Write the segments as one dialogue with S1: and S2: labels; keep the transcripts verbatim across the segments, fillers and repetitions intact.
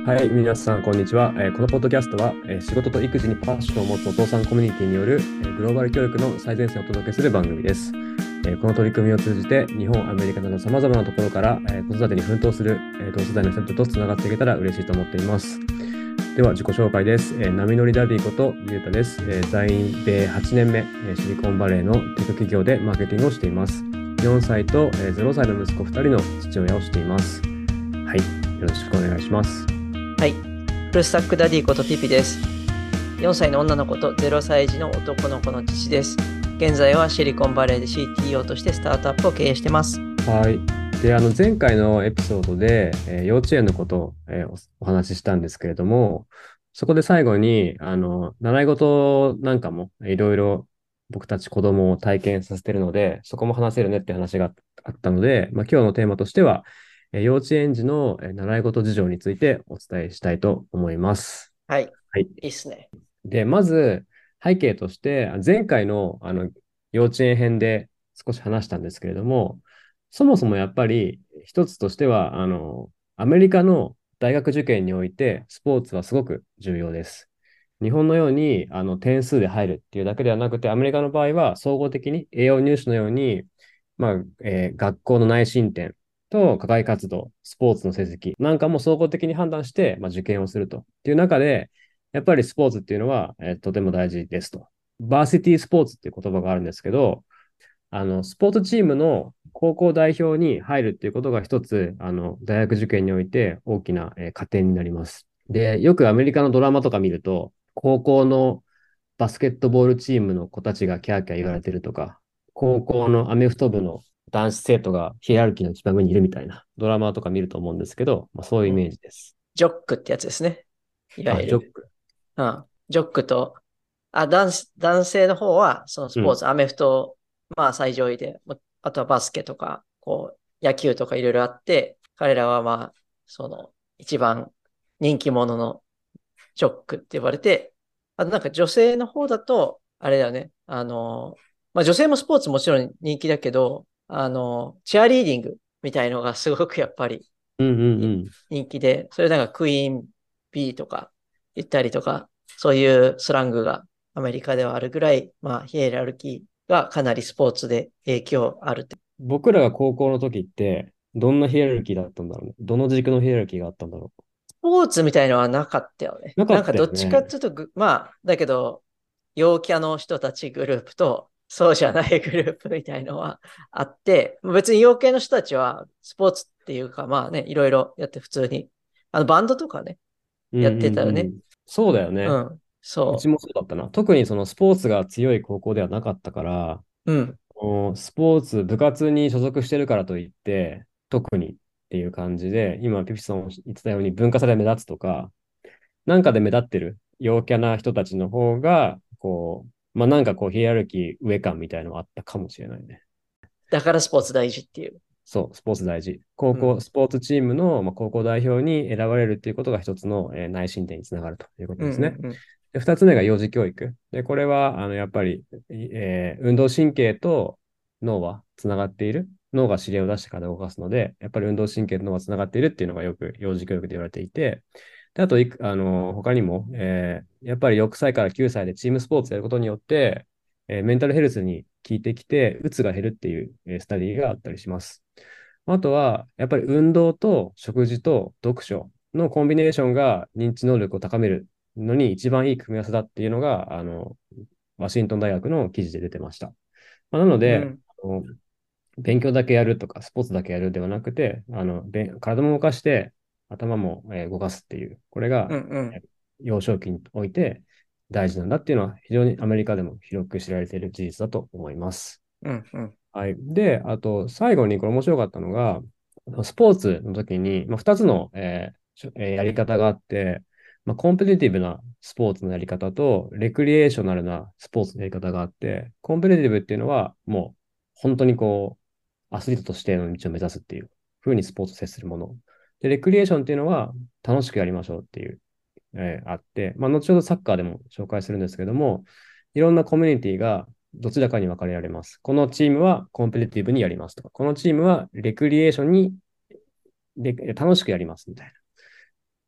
S1: はい、皆さん、こんにちは。えーこのポッドキャストは、えー仕事と育児にパッションを持つお父さんコミュニティによる、えーグローバル教育の最前線をお届けする番組です。えーこの取り組みを通じて、日本、アメリカなど様々なところから、えー子育てに奮闘する、えー同世代の人々とつながっていけたら嬉しいと思っています。では、自己紹介です。えー波乗りダディことゆうたです。えー在米はちねんめ、えーシリコンバレーのテク企業でマーケティングをしています。よんさいと、えーゼロさいの息子ふたりの父親をしています。はい、よろしくお願いします。
S2: はい。フルスタックダディことピピです。よんさいの女の子とゼロさい児の男の子の父です。現在はシリコンバレーで シーティーオー としてスタートアップを経営してます。
S1: はい。で、あの、前回のエピソードで、えー幼稚園のことを、えーお、お話ししたんですけれども、そこで最後に、あの、習い事なんかも、いろいろ僕たち子供を体験させてるので、そこも話せるねって話があったので、まあ、今日のテーマとしては、えー幼稚園児のえー習い事事情についてお伝えしたいと思います。
S2: はい。
S1: はい。
S2: いいっすね。
S1: で、まず、背景として、前回の、あの幼稚園編で少し話したんですけれども、そもそもやっぱり一つとしては、あの、アメリカの大学受験において、スポーツはすごく重要です。日本のようにあの点数で入るっていうだけではなくて、アメリカの場合は総合的に栄養入試のように、まあえー学校の内申点と課外活動、スポーツの成績なんかも総合的に判断して、まあ、受験をするとっていう中で、やっぱりスポーツっていうのは、えーとても大事ですと。バーシティスポーツっていう言葉があるんですけど、あの、スポーツチームの高校代表に入るっていうことが一つ、あの、大学受験において大きな、えー加点になります。で、よくアメリカのドラマとか見ると、高校のバスケットボールチームの子たちがキャーキャー言われてるとか、高校のアメフト部の男子生徒がヒエラルキーの一番上にいるみたいなドラマとか見ると思うんですけど、まあ、そういうイメ
S2: うん。
S1: ージです。
S2: ジョックってやつですね。いわ
S1: あ、
S2: ゆる。
S1: ジョック。
S2: うん。ジョックと、あ、男子、男性の方は、そのス
S1: うん。
S2: ポーツ、アメフト、まあ最上位で、もあとはバスケとか、こう、野球とかいろいろあって、彼らはまあ、その、一番人気者のジョックって呼ばれて、あとなんか女性の方だと、あれだよね。あの、まあ女性もスポーツもちろん人気だけど、あの、チアリーディングみたいのがすごくやっぱり
S1: うんうんう
S2: い
S1: ん。
S2: 人気で、それなんかクイーンビーとか言ったりとか、そういうスラングがアメリカではあるぐらい、まあヒエラルキーがかなりスポーツで影響あるって。
S1: 僕らが高校の時って、どんなヒエラルキーだったんだろうね。どの軸のヒエラルキーがあったんだろ
S2: スポーツみたいのはなかったよね。
S1: う。なかった
S2: なんかどっちか
S1: よね。
S2: っていうとぐ、まあ、だけど、陽キャの人たちグループと、そうじゃないグループみたいのはあって、別に陽系の人たちはスポーツっていうか、まあね、いろいろやって普通に、あのバンドとかね、やっ
S1: うんうん
S2: てたよね。
S1: うん。そうだよね。
S2: うん。そ
S1: うちもそうだったな。特にそのスポーツが強い高校ではなかったから、
S2: う。うん。
S1: もうスポーツ、部活に所属してるからといって、特にっていう感じで、今、ピピさんも言ってたように文化祭で目立つとか、なんかで目立ってる陽キャな人たちの方が、こう、まあなんかこうヒエラルキー上感みたいなのがあったかもしれないね。
S2: だからスポーツ大事っていう。
S1: そう、スポーツ大事。高校、
S2: うん。
S1: スポーツチームの、まあ、高校代表に選ばれるっていうことが一つの、えー内申点につながるということ
S2: うん
S1: ですね。
S2: うんうん。
S1: で、二つ目が幼児教育。で、これは、あの、やっぱり、えー運動神経と脳はつながっている。脳が指令を出してから動かすので、やっぱり運動神経と脳がつながっているっていうのがよく幼児教育で言われていて、で、あといく、あの、他にも、えーやっぱりろくさいからきゅうさいでチームスポーツやることによって、えーメンタルヘルスに効いてきて、うつが減るっていう、えースタディがあったりします。あとは、やっぱり運動と食事と読書のコンビネーションが認知能力を高めるのに一番いい組み合わせだっていうのが、あの、ワシントン大学の記事で出てました。まあ、なので、
S2: うん。
S1: あの勉強だけやるとか、スポーツだけやるではなくて、あの、べ体も動かして、頭も、えー動かすっていう、これが、
S2: うんうん。
S1: えー幼少期において大事なんだっていうのは、非常にアメリカでも広く知られている事実だと思います。
S2: うんうん。
S1: はい。で、あと、最後にこれ面白かったのが、スポーツの時に、まあ、ふたつの、えーしょえーやり方があって、まあ、コンペティティブなスポーツのやり方と、レクリエーショナルなスポーツのやり方があって、コンペティティブっていうのは、もう、本当にこう、アスリートとしての道を目指すっていう風にスポーツを接するもの。で、レクリエーションっていうのは、楽しくやりましょうっていう、えーあって、まあ、後ほどサッカーでも紹介するんですけども、いろんなコミュニティがどちらかに分かれられます。このチームはコンペティティブにやりますとか、このチームはレクリエーションにで楽しくやりますみたいな。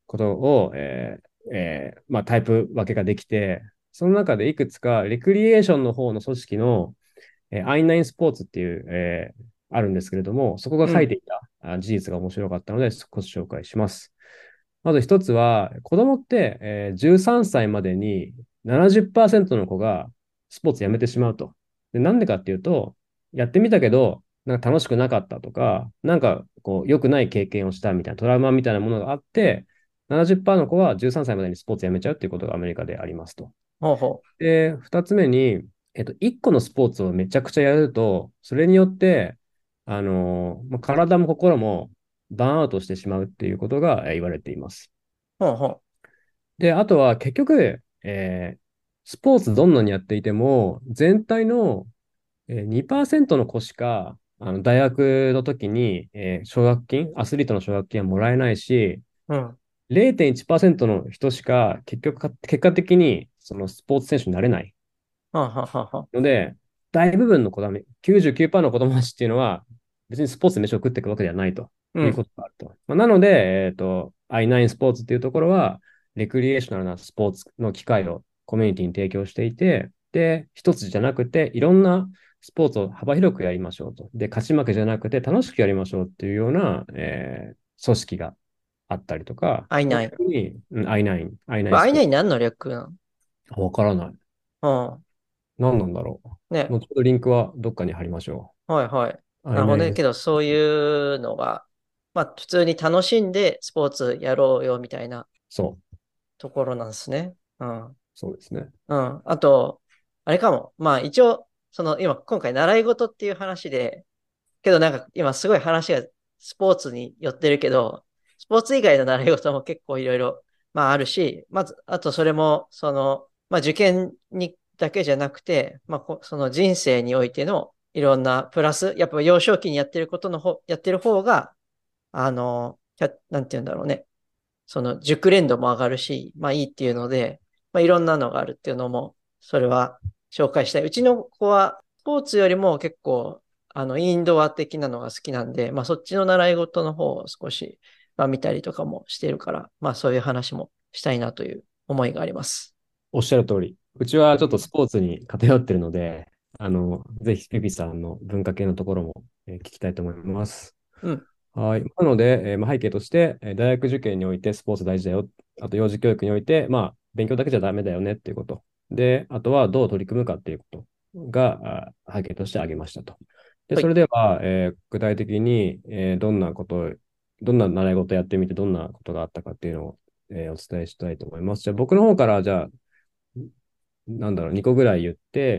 S1: ことを、えーえーまあ、タイプ分けができて、その中でいくつかレクリエーションの方の組織の、えー、アイナイン スポーツっていう、えーあるんですけれども、そこが
S2: うん。
S1: 書いていたあ事実が面白かったので、少し紹介します。まず一つは、子供って、えーじゅうさんさいまでにななじゅっパーセントの子がスポーツやめてしまうと。で、なんでかっていうと、やってみたけど、なんか楽しくなかったとか、なんかこう良くない経験をしたみたいなトラウマみたいなものがあって、ななじゅっパーセントの子はじゅうさんさいまでにスポーツやめちゃうっていうことがアメリカでありますと。
S2: ほうほ
S1: で、二つ目に、えっと、一個のスポーツをめちゃくちゃやると、それによって、あのまあ体も心もバーンアウトしてしまうっていうことがえー言われています。
S2: う。ほうほ
S1: で、あとは結局、えースポーツどんなにやっていても、全体のえーにパーセントの子しか、あの大学の時に、えー奨学金、アスリートの奨学金はもらえないし、
S2: う。うん。
S1: れいてんいちパーセントの人しか結局か、結果的にそのスポーツ選手になれない
S2: はんはんはんはん。
S1: ので、大部分の子供、きゅうじゅうきゅうパーセントの子供たちっていうのは、別にスポーツで飯を食っていくわけではないというこ
S2: うん。
S1: とがあると。まあ、なので、えっと、アイナイン スポーツっていうところは、レクリエーショナルなスポーツの機会をコミュニティに提供していて、で、一つじゃなくて、いろんなスポーツを幅広くやりましょうと。で、勝ち負けじゃなくて楽しくやりましょうっていうような、えー組織があったりとか、
S2: アイナイン。
S1: 逆に、うん、アイナイン、アイナイン
S2: これ
S1: スポー
S2: アイナイン 何の略な
S1: ツ。わからない。
S2: の？
S1: 何なんだろ
S2: うん。
S1: う。
S2: ね。
S1: 後ほどリンクはどっかに貼りましょ
S2: はいはい。
S1: う。ア
S2: なるほどね。
S1: イナイン
S2: けど、そういうのが、まあ、普通に楽しんでスポーツやろうよみたいな
S1: そう、
S2: ところなんですね。うん。
S1: そうですね。
S2: うん。あと、あれかも。まあ、一応、その、今、今回、習い事っていう話で、けどなんか、今、すごい話がスポーツに寄ってるけど、スポーツ以外の習い事も結構いろいろ、まあ、あるし、まず、あと、それも、その、まあ、受験にだけじゃなくて、まあ、こその人生においてのいろんなプラス、やっぱ幼少期にやってることの方、やってる方が、あの、やなんて言うんだろうね。その熟練度も上がるし、まあいいっていうので、まあいろんなのがあるっていうのも、それは紹介したい。うちの子はスポーツよりも結構、あの、インドア的なのが好きなんで、まあそっちの習い事の方を少し、まあ見たりとかもしてるから、まあそういう話もしたいなという思いがあります。
S1: おっしゃる通り。うちはちょっとスポーツに偏ってるので、あの、ぜひピピさんの文化系のところも、えー聞きたいと思います。
S2: うん。
S1: はい。なので、えーまあ、背景として、えー大学受験においてスポーツ大事だよ。あと、幼児教育において、まあ、勉強だけじゃダメだよねっていうこと。で、あとはどう取り組むかっていうことがあ背景として挙げましたと。で、
S2: はい。
S1: それでは、えー具体的に、えーどんなことを、どんな習い事をやってみて、どんなことがあったかっていうのを、えーお伝えしたいと思います。じゃあ、僕の方から、じゃあ、なんだろう、にこぐらい言って、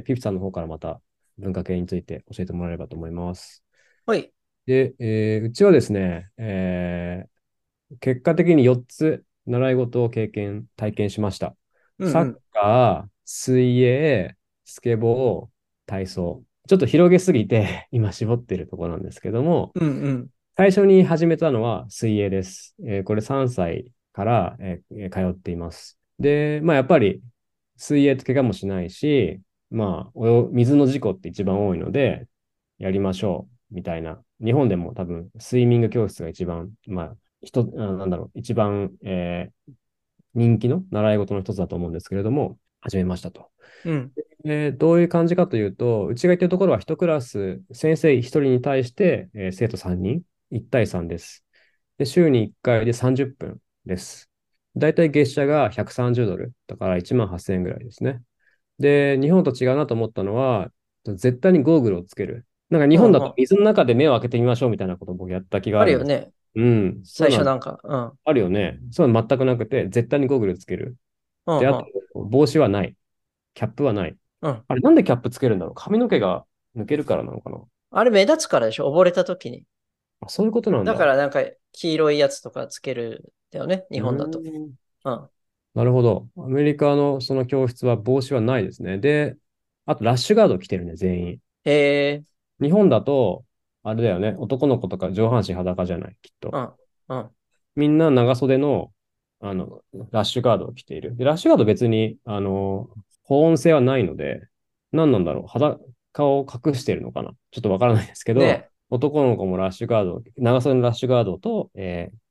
S1: ピピさんの方からまた文化系について教えてもらえればと思います。
S2: はい。
S1: で、えーうちはですね、えー結果的によっつ習い事を経験、体験しました。サッ
S2: うんうん。
S1: カー、水泳、スケボー、体操。ちょっと広げすぎて今絞っているところなんですけども、
S2: うんうん。
S1: 最初に始めたのは水泳です。えーこれさんさいから、えー通っています。で、まあやっぱり水泳って怪我もしないし、まあ泳水の事故って一番多いので、やりましょうみたいな。日本でも多分スイミング教室が一番、まあ、人、あなんだろう、一番、えー人気の習い事の一つだと思うんですけれども、始めましたと。
S2: うん。
S1: えーどういう感じかというと、うちが言ってるところは一クラス、先生一人に対して、えー生徒さんにん、いち対さんです。で、週にいっかいでさんじゅっぷんです。だいたい月謝がひゃくさんじゅうドル、だからいちまんはっせんえんぐらいですね。で、日本と違うなと思ったのは、絶対にゴーグルをつける。なんか日本だと
S2: うんうん。
S1: 水の中で目を開けてみましょうみたいなことを僕やった気があるんです。
S2: あるよね。
S1: うん、そういうのは
S2: 最初なんか。うん。
S1: あるよね。そういうの全くなくて、絶対にゴーグルつける。で、あと、
S2: うんうん。
S1: 帽子はない。キャップはない。
S2: うん。
S1: あれ、なんでキャップつけるんだろう。髪の毛が抜けるからなのかな。
S2: あれ目立つからでしょ？溺れた時に。
S1: あ、そういうことなんだ。
S2: だからなんか黄色いやつとかつけるんだよね。日
S1: う
S2: 本だと。
S1: ーん。
S2: うん。
S1: なるほど。アメリカのその教室は帽子はないですね。で、あとラッシュガード着てるね、全員。
S2: へえ。
S1: 日本だと、あれだよね、男の子とか上半身裸じゃない、きっと。
S2: うん。うん。
S1: みんな長袖の、あの、ラッシュガードを着ている。で、ラッシュガード別に、あの、保温性はないので、何なんだろう、裸を隠してるのかなちょっとわからないですけど、
S2: ね
S1: 男の子もラッシュガード、長袖のラッシュガードと、えー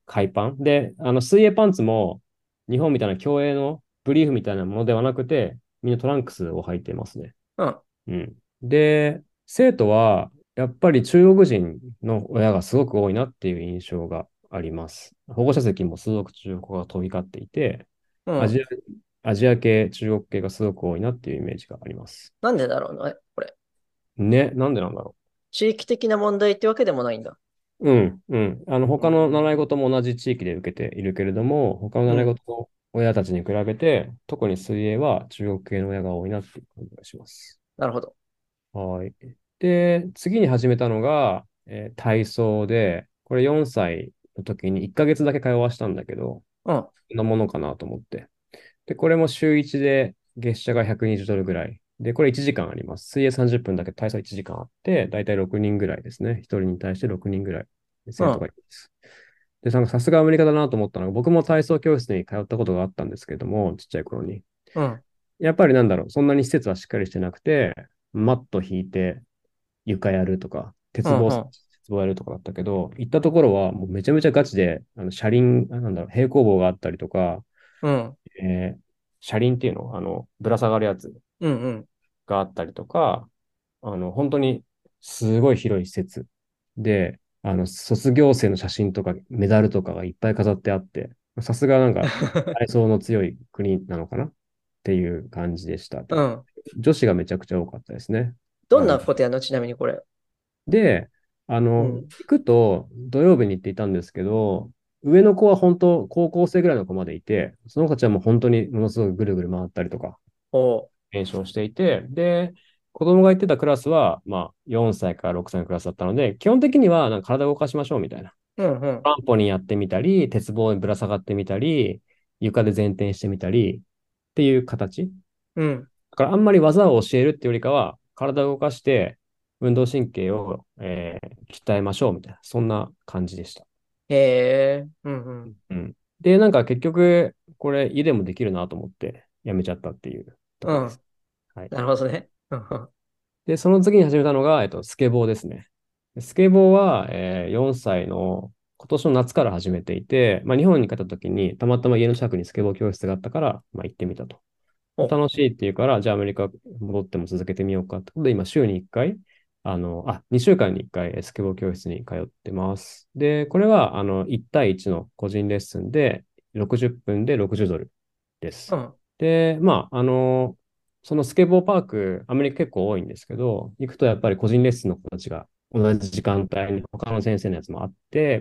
S1: 海パン。で、あの、水泳パンツも、日本みたいな競泳のブリーフみたいなものではなくて、みんなトランクスを履いてますね。
S2: うん。
S1: うん。で、生徒は、やっぱり中国人の親がすごく多いなっていう印象があります。保護者席もすごく中国語が飛び交っていて、
S2: うん。
S1: アジア、アジア系、中国系がすごく多いなっていうイメージがあります。
S2: なんでだろうね、これ。
S1: ね、なんでなんだろ
S2: 地域的な問題ってわけでもないんだ。
S1: う。うん、うん。あの、他の習い事も同じ地域で受けているけれども、他の習い
S2: うん。
S1: 事の親たちに比べて、特に水泳は中国系の親が多いなっていう感じがします。
S2: なるほど。
S1: はい。で、次に始めたのが、えー体操で、これよんさいの時にいっかげつだけ通わしたんだけど、
S2: うん。
S1: こんなものかなと思って。で、これも週いちで月謝がひゃくにじゅうドルぐらい。で、これいちじかんあります。水泳さんじゅっぷんだけ体操いちじかんあって、だいたいろくにんぐらいですね。ひとりに対してろくにんぐらい生徒が
S2: うん。
S1: います。で、なんかさすがアメリカだなと思ったのが、僕も体操教室に通ったことがあったんですけれども、ちっちゃい頃に。
S2: うん。
S1: やっぱりなんだろう、そんなに施設はしっかりしてなくて、マット引いて、床やるとか、
S2: うん。
S1: 鉄棒、鉄
S2: うん。
S1: 棒やるとかだったけど、行ったところはもうめちゃめちゃガチで、あの車輪、あなんだろう、平行棒があったりとか、
S2: うん。
S1: えー車輪っていうの、あの、ぶら下がるやつ
S2: うん。うん。
S1: があったりとか、あの、本当にすごい広い施設で、あの、卒業生の写真とかメダルとかがいっぱい飾ってあって、さすがなんか体操の強い国なのかなっていう感じでした。で、
S2: うん。
S1: 女子がめちゃくちゃ多かったですね。
S2: どん
S1: あの、
S2: なことやんのちなみにこれ。
S1: で、あの、
S2: うん。
S1: 行くと土曜日に行っていたんですけど、上の子は本当、高校生ぐらいの子までいて、その子たちはもう本当にものすごくぐるぐる回ったりとか、
S2: おう。
S1: 練習をしていて、で、子供が行ってたクラスは、まあ、よんさいからろくさいのクラスだったので、基本的にはなんか体を動かしましょうみたいな。
S2: うん。うん。
S1: トランポリンやってみたり、鉄棒にぶら下がってみたり、床で前転してみたりっていう形。
S2: うん。
S1: だからあんまり技を教えるっていうよりかは、体を動かして運動神経を、えー鍛えましょうみたいな、そんな感じでした。
S2: へえ。うん。うん。
S1: うん。で、なんか結局、これ家でもできるなと思ってやめちゃったっていうと
S2: うん。
S1: こです。はい。
S2: なるほどね。うん。うん。
S1: で、その次に始めたのが、えっと、スケボーですね。スケボーは、えーよんさいの今年の夏から始めていて、まあ、日本に帰った時にたまたま家の近くにスケボー教室があったから、まあ、行ってみたと。
S2: お、
S1: 楽しいっていうから、じゃあアメリカ戻っても続けてみようかってことで、今週にいっかい、あの、あ、にしゅうかんにいっかいスケボー教室に通ってます。で、これは、あの、いち対いちの個人レッスンで、ろくじゅっぷんでろくじゅうドルです。
S2: うん。
S1: で、まあ、あの、そのスケボーパーク、アメリカ結構多いんですけど、行くとやっぱり個人レッスンの子たちが同じ時間帯に他の先生のやつもあって、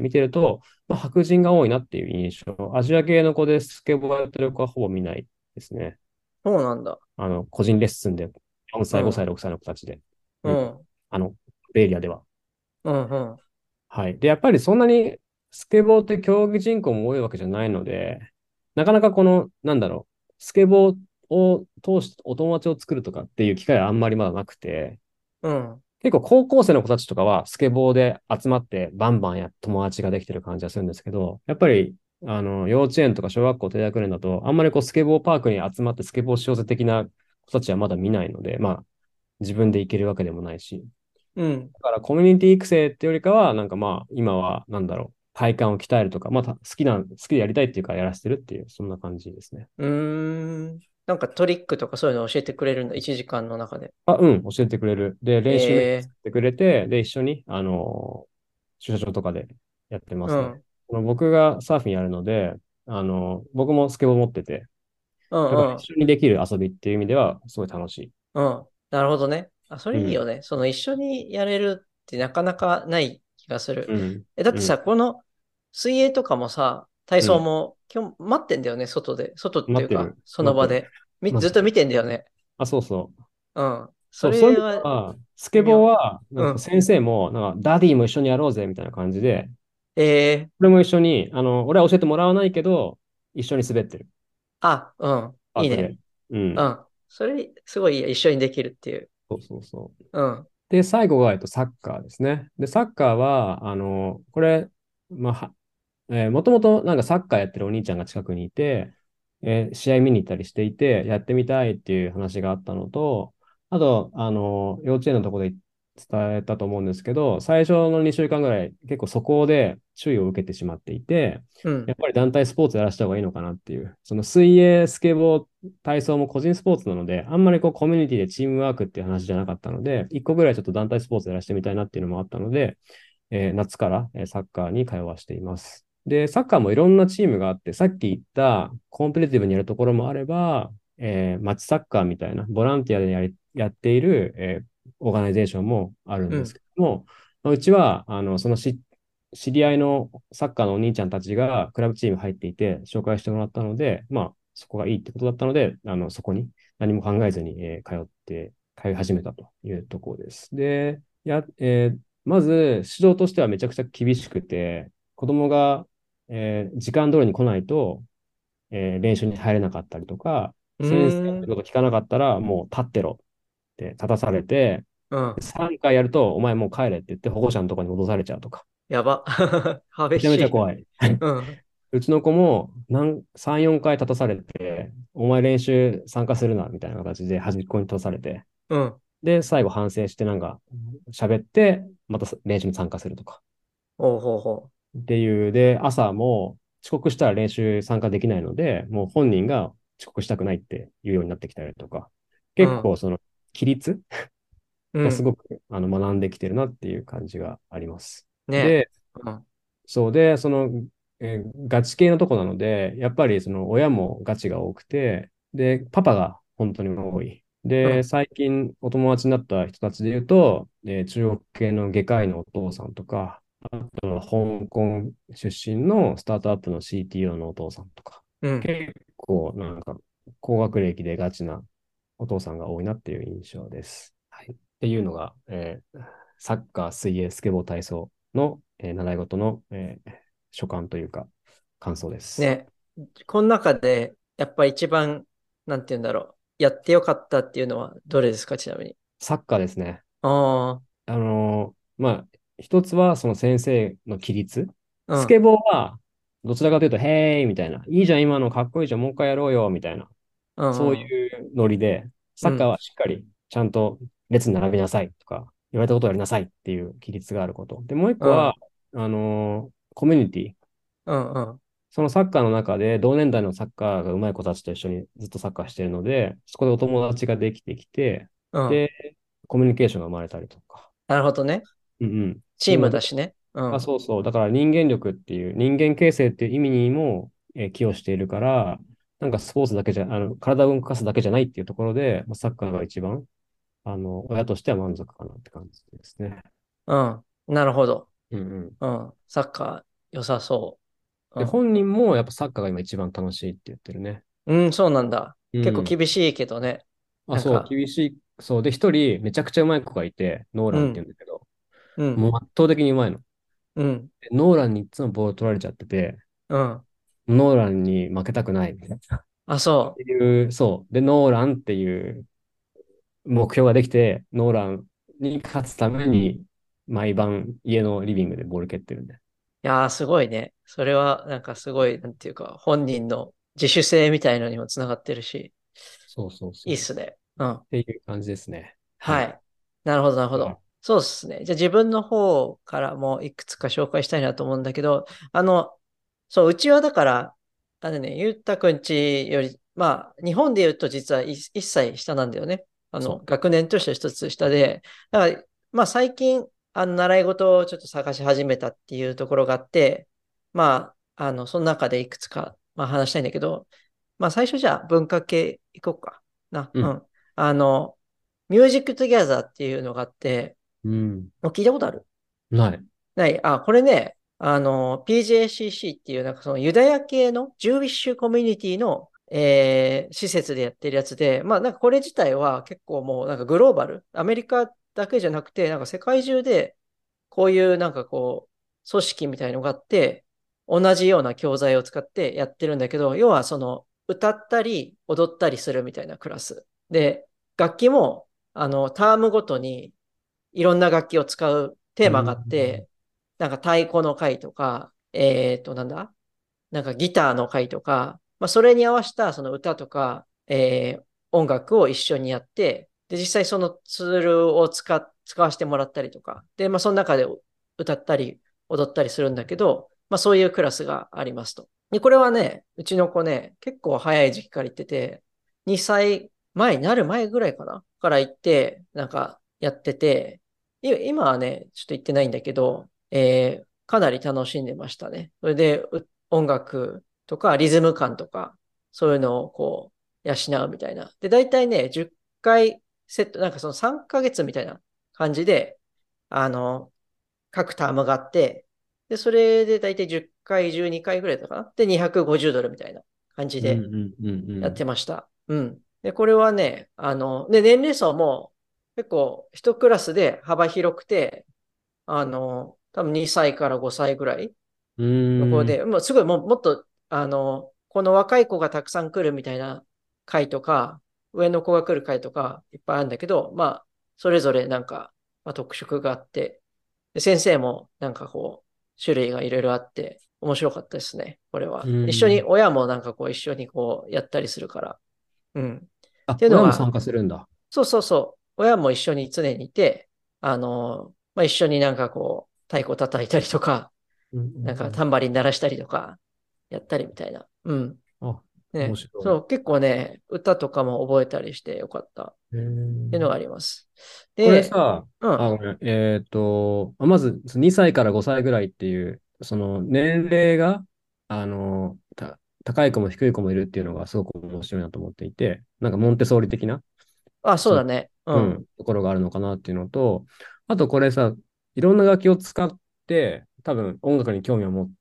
S1: 見てると、まあ、白人が多いなっていう印象。アジア系の子でスケボーやってる子はほぼ見ないですね。
S2: そうなんだ。
S1: あの、個人レッスンでよんさい、ごさい、
S2: うん。
S1: ろくさいの子たちで。うん。
S2: うん。
S1: あの、ベイエリアでは。
S2: うん。うん。
S1: はい。で、やっぱりそんなにスケボーって競技人口も多いわけじゃないので、なかなかこの、なんだろう、スケボーを通してお友達を作るとかっていう機会はあんまりまだなくて、
S2: うん。
S1: 結構高校生の子たちとかはスケボーで集まってバンバンや友達ができてる感じがするんですけど、やっぱりあの幼稚園とか小学校低学年だとあんまりこうスケボーパークに集まってスケボーしようぜ的な子たちはまだ見ないので、まあ自分で行けるわけでもないし。
S2: うん。
S1: だからコミュニティ育成ってよりかは、なんかまあ今はなんだろう、体幹を鍛えるとか、まあた好きな、好きでやりたいっていうからやらせてるっていう、そんな感じですね。
S2: うーん。なんかトリックとかそういうの教えてくれるんだ。いちじかんの中で。
S1: あ、うん、教えてくれる。で、練習メニュー
S2: ええ。
S1: 作ってくれて、で、一緒に、あのー駐車場とかでやってますね。
S2: うん。
S1: この僕がサーフィンやるので、あのー僕もスケボー持ってて、だから
S2: うん。うん。
S1: 一緒にできる遊びっていう意味では、すごい楽しい。
S2: うん。なるほどね。あ、そ
S1: うん、
S2: れいいよね。その一緒にやれるってなかなかない気がする。
S1: うん、
S2: え、だってさ、
S1: うん、
S2: この水泳とかもさ、体
S1: うん。
S2: 操も今日待ってんだよね、外で。外っていうか、
S1: 待ってる、
S2: その
S1: 待ってる、
S2: 場で。み、
S1: 待ってる。
S2: ずっと見てんだよね。
S1: あ、そうそう。
S2: うん。そ
S1: そう、そういう意味で
S2: れは
S1: は、スケ
S2: 微妙。
S1: ボーは、なんか
S2: うん。
S1: 先生も、なんかダディも一緒にやろうぜみたいな感じで、
S2: ええ。
S1: 俺も一緒に、あの、俺は教えてもらわないけど、一緒に滑ってる。
S2: あ、うん。
S1: パークで。
S2: いいね。
S1: うん。
S2: うん。それ、すごい一緒にできるっていう。
S1: そうそうそう。
S2: うん。
S1: で、最後が、えっと、サッカーですね。で、サッカーは、あの、これ、まあ、はえーもともとなんかサッカーやってるお兄ちゃんが近くにいて、えー試合見に行ったりしていて、やってみたいっていう話があったのと、あと、あの、幼稚園のところで伝えたと思うんですけど、最初のにしゅうかんぐらい結構そこで注意を受けてしまっていて、
S2: うん。
S1: やっぱり団体スポーツやらせた方がいいのかなっていう、その水泳、スケボー、体操も個人スポーツなので、あんまりこうコミュニティでチームワークっていう話じゃなかったので、いっこぐらいちょっと団体スポーツやらせてみたいなっていうのもあったので、えー夏からえーサッカーに通わしています。で、サッカーもいろんなチームがあって、さっき言ったコンペティティブにやるところもあれば、えー、街サッカーみたいな、ボランティアでやり、やっている、えーオーガナイゼーションもあるんです
S2: うん。
S1: けども、まあうちは、あの、そのし知り合いのサッカーのお兄ちゃんたちがクラブチーム入っていて、紹介してもらったので、まあ、そこがいいってことだったので、あの、そこに何も考えずに、えー通って、通い始めたというところです。で、や、えーまず、指導としてはめちゃくちゃ厳しくて、子供が、えー時間通りに来ないと、えー練習に入れなかったりとか、
S2: う
S1: 先生の
S2: ーん。
S1: 言うこと聞かなかったら、もう立ってろって立たされて、
S2: うん。
S1: さんかいやると、お前もう帰れって言って保護者のところに戻されちゃうとか、
S2: やば。激
S1: めちゃめ
S2: しい。
S1: ちゃ怖い。
S2: うん。
S1: うちの子も何さん、よんかい立たされて、お前練習参加するなみたいな形で端っこに通されて、
S2: うん。
S1: で、最後反省してなんか喋って、また練習に参加するとか。
S2: ほうほうほ
S1: っていう、で、朝も遅刻したら練習参加できないので、もう本人が遅刻したくないっていうようになってきたりとか、
S2: う。うん。
S1: 結構その規律
S2: うん。
S1: がすごくあの学んできてるなっていう感じがあります。
S2: ね。
S1: で、
S2: うん。
S1: そうで、その、えーガチ系のとこなので、やっぱりその親もガチが多くて、で、パパが本当に多い。で、
S2: うん。
S1: 最近お友達になった人たちで言うと、えー中国系の外科医のお父さんとか、香港出身のスタートアップの シーティーオー のお父さんとか、
S2: うん。
S1: 結構なんか高学歴でガチなお父さんが多いなっていう印象です。はい、っていうのが、えーサッカー、水泳、スケボー、体操の、えー習い事の、えー所感というか感想です。
S2: ね。この中で、やっぱ一番、なんて言うんだろう。やってよかったっていうのはどれですか、ちなみに。
S1: サッカーですね。
S2: あ
S1: あのーまあ、一つはその先生の規律。
S2: あ、うん。
S1: スケボーはどちらかというと、へーいみたいな。いいじゃん、今のかっこいいじゃん、もう一回やろうよ、みたいな。そうい
S2: うん。
S1: うノリで、サッカー
S2: うん。
S1: はしっかりちゃんと列に並びなさいとか、言われたことをやりなさいっていう規律があること。で、もう一個は、
S2: うん。
S1: あのーコミュニティ。
S2: うん。うん。
S1: そのサッカーの中で同年代のサッカーが上手い子たちと一緒にずっとサッカーしているので、そこでお友達ができてきて、
S2: うん。
S1: で、コミュニケーションが生まれたりとか。
S2: なるほどね。
S1: うんうん。っ
S2: チー
S1: ていうので、
S2: ムだしね。う
S1: あ、
S2: ん。
S1: そうそう。だから人間力っていう、人間形成っていう意味にも、えー寄与しているから、なんかスポーツだけじゃ、あの、体を動かすだけじゃないっていうところで、まあ、サッカーが一番、あの、親としては満足かなって感じですね。
S2: うん。なるほど。
S1: うんうん。
S2: うん。サッカー良さそう。う
S1: で、
S2: ん。
S1: 本人もやっぱサッカーが今一番楽しいって言ってるね。
S2: うん、そうなんだ。結構
S1: うん。
S2: 厳しいけどね。
S1: あ、そう、
S2: なんか、
S1: 厳しい。そう。で、一人めちゃくちゃ上手い子がいて、ノーランって言
S2: うん、
S1: うんだけど、
S2: うん、
S1: もう圧倒的に上手いの。
S2: うん、
S1: でノーランにいつもボール取られちゃってて、
S2: うん。
S1: ノーランに負けたくないみたいな。っ
S2: あ、そ
S1: ていう、そう。で、ノーランっていう目標ができて、ノーランに勝つために、毎晩家のリビングでボール蹴ってるんで。
S2: う。いやー、すごいね。それは、なんかすごい、なんていうか、本人の自主性みたいのにもつながってるし、
S1: そうそうそう。っ
S2: いいっすね。うん。
S1: ていう感じですね。はい。
S2: はい。なるほど、なるほ
S1: はい。
S2: ど。そうですね。じゃあ自分の方からもいくつか紹介したいなと思うんだけど、あの、そう、うちはだから、あのね、ゆうたくんちより、まあ、日本で言うと実はい一歳下なんだよね。あの、
S1: そ
S2: 学年としては一つ下で、だから、まあ最近、あの、習い事をちょっと探し始めたっていうところがあって、まあ、あの、その中でいくつか、まあ話したいんだけど、まあ最初じゃあ文化系いこうかな。
S1: う。うん。
S2: うん。あの、ミュージックトゥギャザーっていうのがあって、
S1: うん。
S2: もう聞いたことある？
S1: ない。
S2: ない。あ、これね、あの、ピージェーシーシー っていう、なんかそのユダヤ系のジュービッシュコミュニティの、えー施設でやってるやつで、まあなんかこれ自体は結構もうなんかグローバル、アメリカだけじゃなくて、なんか世界中でこういうなんかこう、組織みたいのがあって、同じような教材を使ってやってるんだけど、要はその歌ったり踊ったりするみたいなクラス。で、楽器も、あの、タームごとにいろんな楽器を使うテーマがあっ
S1: うん。
S2: て、なんか太鼓の回とか、えっと、なんだなんかギターの回とか、まあ、それに合わせたその歌とか、えー音楽を一緒にやって、 で、実際そのツールを使っ、使わせてもらったりとか、で、まあその中で歌ったり踊ったりするんだけど、まあそういうクラスがありますと。で、これはね、うちの子ね、結構早い時期から行ってて、にさいまえになる前ぐらいかなから行って、なんかやってて、い今はね、ちょっと行ってないんだけど、えーかなり楽しんでましたね。それで、う音楽とかリズム感とか、そういうのをこう、養うみたいな。で、大体ね、じゅっかいセット、なんかそのさんかげつみたいな感じで、あの、各タームがあって、で、それで大体じゅっかい、じゅうにかいぐらいだったかな。で、にひゃくごじゅうドルみたいな感じ
S1: うん
S2: で
S1: うんうんう
S2: やって
S1: ん。
S2: ました。うん。で、これはね、あの、で、年齢層も結構一クラスで幅広くて、あの、多分にさいからごさいぐらい
S1: うーん。
S2: の子で、もうすごいもうもっと、あの、この若い子がたくさん来るみたいな会とか、上の子が来る会とかいっぱいあるんだけど、まあ、それぞれなんか、まあ、特色があって、で先生もなんかこう、種類がいろいろあって、面白かったですね、これ
S1: う
S2: は。一緒に、
S1: ん。
S2: 親もなんかこう、一緒にこう、やったりするから。うん。っ
S1: あ、
S2: ていうのが、
S1: 親も参加するんだ。
S2: そうそうそう、親も一緒に常にいて、あの、まあ、一緒になんかこう、太鼓叩いたりとか、
S1: うんう
S2: なんか
S1: ん
S2: タンバリン鳴らしたりとか、やったりみたいな。うん。
S1: うん。あ、面
S2: ね。
S1: 白い。
S2: そう、結構ね、歌とかも覚えたりしてよかったっ
S1: へー。
S2: ていうのがあります。
S1: これ
S2: で、
S1: さ、あ、
S2: うん。
S1: ごめん。えっと、あまずにさいからごさいぐらいっていう、その年齢が、あの、た、高い子も低い子もいるっていうのがすごく面白いなと思っていて、なんかモンテソーリ的な、
S2: あ、そう
S1: その、
S2: だね。うん。
S1: うん、ところがあるのかなっていうのと、あとこれさ、いろんな楽器を使って、多分音楽に興味を持って、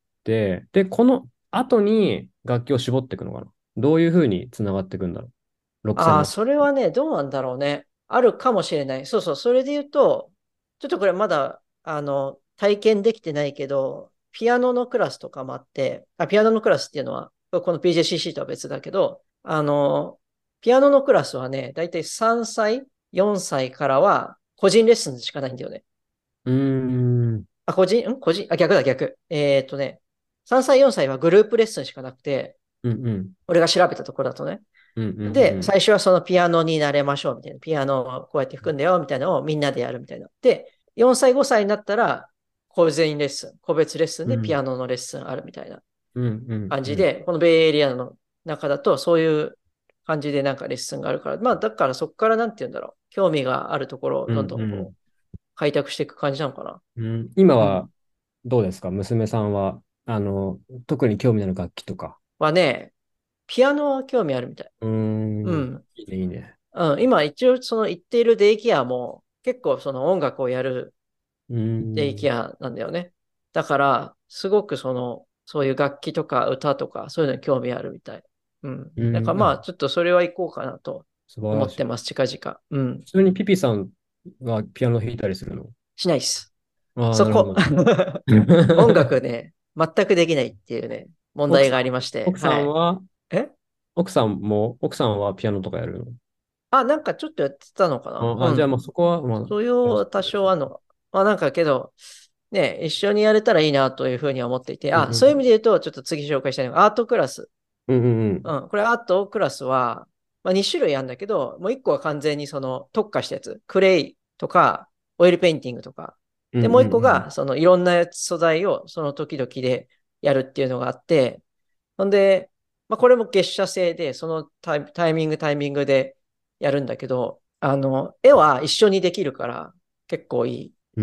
S1: で、この後に楽器を絞っていくのかな。どういうふうにつながっていくんだろう。ろくさいに
S2: ああ、
S1: なって。
S2: それはね、どうなんだろうね。あるかもしれない。そうそう。それで言うと、ちょっとこれまだ、あの、体験できてないけど、ピアノのクラスとかもあって、あ、ピアノのクラスっていうのは、この ピージェーシーシー とは別だけど、あの、ピアノのクラスはね、だいたいさんさい、よんさいからは個人レッスンしかないんだよね。
S1: うーん、うん
S2: あ、個人、ん個人、あ、逆だ、逆。えーっとね、さんさい、よんさいはグループレッスンしかなくて、
S1: うん、
S2: 俺が調べたところだとね。
S1: うん、う
S2: で、
S1: ん、
S2: 最初はそのピアノになれましょうみたいな。ピアノをこうやって弾くんだよみたいなのをみんなでやるみたいな。で、よんさい、ごさいになったら、個人レッスン、個別レッスン
S1: うん、
S2: でピアノのレッスンあるみたいな
S1: うん、うん、うん、
S2: 感じで、このベイエリアの中だとそういう感じでなんかレッスンがあるから、まあだからそこからなんて言うんだろう。興味があるところを
S1: うん、
S2: どんどんこう開拓していく感じなのかな。
S1: うん。今は
S2: うん。
S1: どうですか娘さんは、あの、特に興味のある楽器とか。
S2: はね、ピアノは興味あるみたい。
S1: うーん、
S2: うん。
S1: いいね、いいね。
S2: うん、今一応その行っているデイケアも結構その音楽をやる
S1: うーん、
S2: デイケアなんだよね。だから、すごくその、そういう楽器とか歌とかそういうのに興味あるみたい。うん。
S1: うん、あ、
S2: だからまあ、ちょっとそれは行こうかなと
S1: 素晴らしい。
S2: 思ってます、近々。うん。
S1: ちなみにピピさんはピアノ弾いたりするの？
S2: しないっす。
S1: ああー、
S2: そこ。
S1: なるほど。
S2: 音楽ね、全くできないっていうね、問題があ
S1: 奥さん、
S2: りまして、
S1: 奥さ
S2: はい。
S1: んは、
S2: え
S1: 奥さんも、奥さんはピアノとかやるの？
S2: あ、なんかちょっとやってたのかな。
S1: ああ、じゃあ
S2: うん。
S1: もうそこは、まあ、
S2: 素
S1: 大丈
S2: 養多
S1: 夫ですね。
S2: 少あるの。まあなんかけど、ね、一緒にやれたらいいなというふうには思っていて、あ、そういう意味
S1: うんうん。
S2: で言うと、ちょっと次紹介したいのがアートクラス。
S1: うんうんうん。
S2: うん、これアートクラスは、まあ、に種類あるんだけど、もういっこは完全にその特化したやつ。クレイとか、オイルペインティングとか。で、
S1: うん
S2: もういっこ
S1: うん
S2: が、そのいろんな素材をその時々でやるっていうのがあって、ほんで、まあ、これも月謝制で、そのタイタイミングタイミングでやるんだけど、あの、絵は一緒にできるから結構いい。
S1: うん。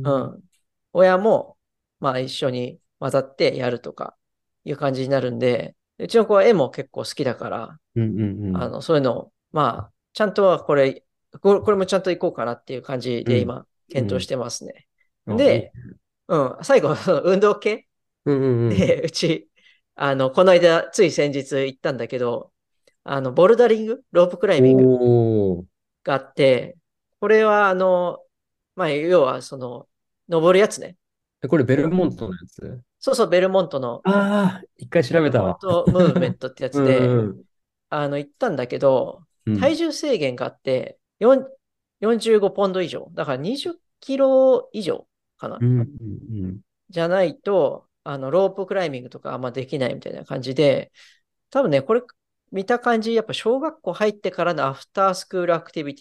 S1: うーん。
S2: うん。親も、まあ一緒に混ざってやるとかいう感じになるんで、うちの子は絵も結構好きだから、
S1: うんうん
S2: あの、そういうのを、まあ、ちゃんとはこれ、これこれもちゃんと行こうかなっていう感じ
S1: うん。
S2: で今、
S1: うん。
S2: 検討してますね。
S1: うん。あ、いい。
S2: で、うん、最後、その運動系
S1: うんうんうん。
S2: で、うち、あの、この間、つい先日行ったんだけど、あの、ボルダリング、ロープクライミング
S1: おー。
S2: があって、これは、あの、まあ、要は、その、登るやつね。
S1: え、これベル
S2: こう
S1: モントのやつ？
S2: そうそう、ベルモントの、
S1: ああー、一回調
S2: ベルモン
S1: べたわ。
S2: トムーブメントってや
S1: う
S2: つで、
S1: んうん
S2: あの、行ったんだけど、
S1: うん。
S2: 体重制限があって、よんよんじゅうごポンド以上。だからにじゅっキロ以上かな。
S1: うんうんうん。
S2: じゃないと、あの、ロープクライミングとかあんまできないみたいな感じで、多分ね、これ見た感じ、やっぱ小学校入ってからのアフタースクールアクティビティ。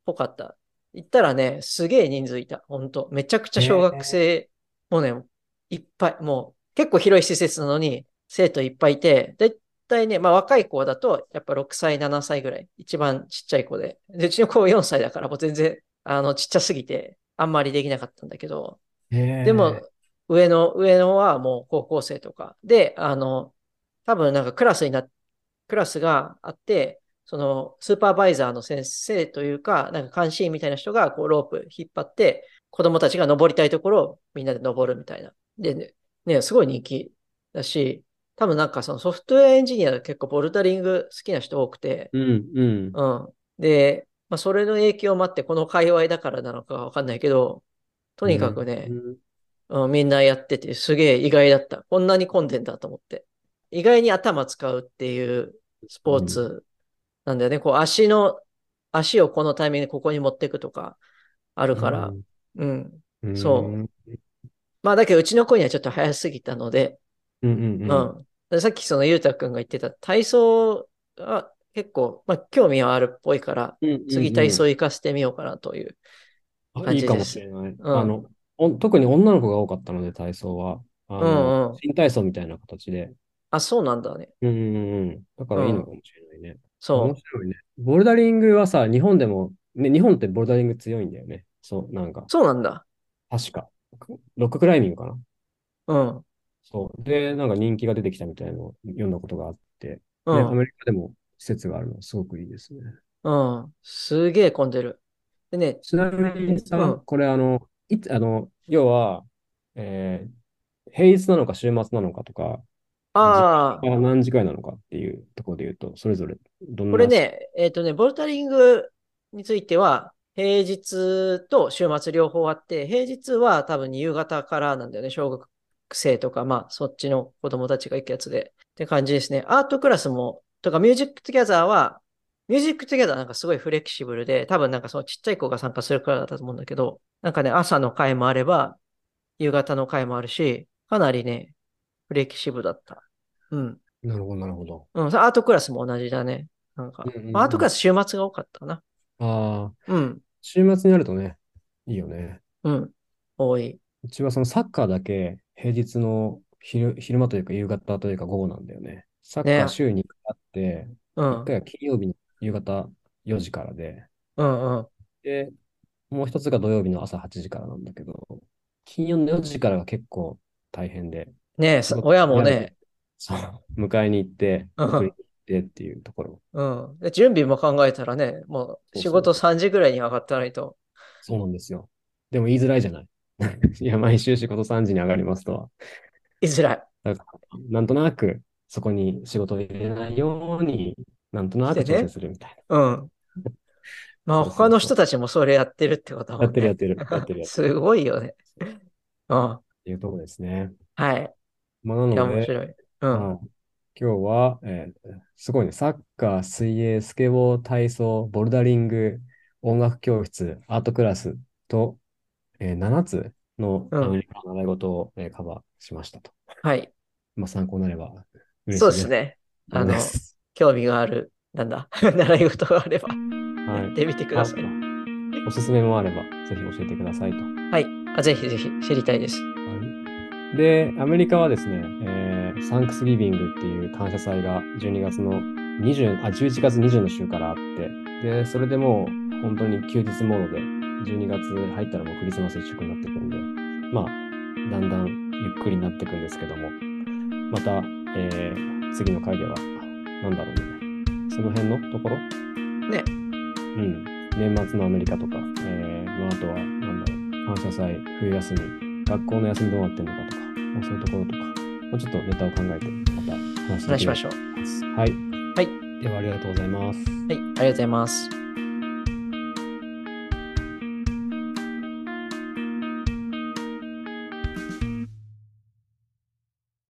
S2: ぽかった。行ったらね、すげえ人数いた。ほんと。めちゃくちゃ小学
S1: え
S2: 生もね、いっぱい、もう結構広い施設なのに、生徒いっぱいいて、だいたいね、まあ若い子だと、やっぱろくさい、ななさいぐらい。一番ちっちゃい子で。で、うちの子よんさいだから、もう全然、あの、ちっちゃすぎて、あんまりできなかったんだけど、
S1: ー、え
S2: でも、上の、上のはもう高校生とか。で、あの、多分なんかクラスになっ、クラスがあって、そのスーパーバイザーの先生というか、なんか監視員みたいな人がこうロープ引っ張って、子供たちが登りたいところをみんなで登るみたいな。でね、ね、すごい人気だし、多分なんかそのソフトウェアエンジニアで結構ボルダリング好きな人多くて、
S1: ー、うん、うん。
S2: うん。で、まあ、それの影響もあって、この界隈だからなのかわかんないけど、とにか
S1: うん、
S2: くね、
S1: うん、
S2: うん、みんなやってて、すげえ意外だった。こんなに混んでんだと思って。意外に頭使うっていうスポーツなんだよね。こう足の、足をこのタイミングでここに持っていくとかあるから。
S1: うん、
S2: うん。
S1: う
S2: そう。
S1: ん、
S2: まあだけどうちの子にはちょっと早すぎたので、
S1: うん、うん。
S2: うん。でさっきそのゆうたくんが言ってた体操は結構、まあ興味はあるっぽいから、
S1: うん
S2: 次
S1: うんうん。
S2: 体操活かしてみようかなという
S1: あ、
S2: 感
S1: いいかもし
S2: じです。
S1: れない。
S2: うん。
S1: あの、お特に女の子が多かったので、体操は。
S2: う
S1: あの、
S2: んうん。
S1: 新体操みたいな形で。
S2: あ、そうなんだね。
S1: うんうんうん。だか
S2: うん。
S1: らいいのかもしれないね。面
S2: そ
S1: 白いね。ボルダリングはさ、日本でも、ね、日本ってボルダリング強いんだよね。そう、なんか、
S2: う。そうなんだ。
S1: 確か。ロッククライミングかな。
S2: うん。
S1: そう。で、なんか人気が出てきたみたいなのを読んだことがあって、ね、ア
S2: うん。
S1: メリカでも施設があるのはすごくいいですね。
S2: うん。すげえ混んでる。でね、
S1: ちなみにさ、
S2: うん。
S1: これあの、いつ、あの、要は、えー平日なのか週末なのかとか、時
S2: ああ、
S1: 間が何時くらいなのかっていうところで言うと、それぞれどんなし、
S2: これね、えっとね、ボルダリングについては、平日と週末両方あって、平日は多分夕方からなんだよね。小学生とか、まあ、そっちの子供たちが行くやつで。って感じですね。アートクラスも、とか、ミュージックトゥギャザーは、ミュージックトゥギャザーなんかすごいフレキシブルで、多分なんかそのちっちゃい子が参加するくらいだったと思うんだけど、なんかね、朝の会もあれば、夕方の会もあるし、かなりね、フレキシブルだった。うん。
S1: なるほど、なるほど。
S2: うん、アートクラスも同じだね。なんか、
S1: うんうん
S2: まあアート
S1: うん。
S2: クラス週末が多かったかな。
S1: ああ、
S2: うん、
S1: 週末になるとね、いいよね。
S2: うん、多い。
S1: うちはそのサッカーだけ平日の昼、昼間というか夕方というか午後なんだよね。サッカー
S2: ね。
S1: 週にいっかいあって、1
S2: うん、
S1: 回は金曜日の夕方よじからで、
S2: うん、うん。
S1: で、もう一つが土曜日の朝はちじからなんだけど、金曜のよじからが結構大変で、
S2: ねえ、さ
S1: 仕事
S2: 親も
S1: 早めに、
S2: ね、
S1: そう、迎えに行って、
S2: うん、
S1: 送りに行ってっていうところ。
S2: うん。で準備も考えたらね、もう仕事
S1: そうそうそう。
S2: さんじぐらいに上がってないと、
S1: そうなんですよ。でも言いづらいじゃない。いや、毎週仕事さんじに上がりますとは。
S2: 居づらい。
S1: だから、なんとなく、そこに仕事を入れないように、なんとなく調整
S2: してね。
S1: するみたいな。
S2: うん。まあ
S1: そう
S2: 他の
S1: そうそう。
S2: 人たちもそれやってるってことだ
S1: やってるや
S2: もんね。
S1: ってる、やってるやってる。
S2: すごいよね。
S1: そうっ
S2: うん。
S1: ていうところですね。
S2: はい。
S1: まあ、な
S2: いや、
S1: ので、
S2: 面白い。うん。
S1: はい、今日は、えーすごいね、サッカー、水泳、スケボー、体操、ボルダリング、音楽教室、アートクラスと、えーななつの
S2: うん。
S1: アメリカの習い事を、えーカバーしましたと。
S2: はい。
S1: まあ、参考になれば嬉
S2: そう
S1: しいです。
S2: ですね。
S1: ところで
S2: あの、
S1: す。
S2: 興味がある、なんだ、習い事があれば、や
S1: はい。
S2: ってみてくだ
S1: あ、
S2: さい。
S1: おすすめもあれば、ぜひ教えてくださいと。
S2: はい。あ、ぜひぜひ知りたいです。
S1: はい、で、アメリカはですね、えーサンクスギビングっていう感謝祭がじゅうにがつのにじゅう、あ、じゅういちがつにじゅうの週からあって、で、それでもう本当に休日モードで、じゅうにがつ入ったらもうクリスマス一色になってくるんで、まあ、だんだんゆっくりになっていくんですけども、また、えー次の回では、なんだろうね、その辺のところ、
S2: ね。
S1: うん、年末のアメリカとか、えーまあ、あとは、なんだろう、感謝祭、冬休み、学校の休みどうなってるのかとか、まあ、そういうところとか、もうちょっとネタを考えて、また話できればと
S2: 話しましょう。
S1: 思います。はい。
S2: はい。
S1: では、ありがとうございます。
S2: はい。ありがとうございます。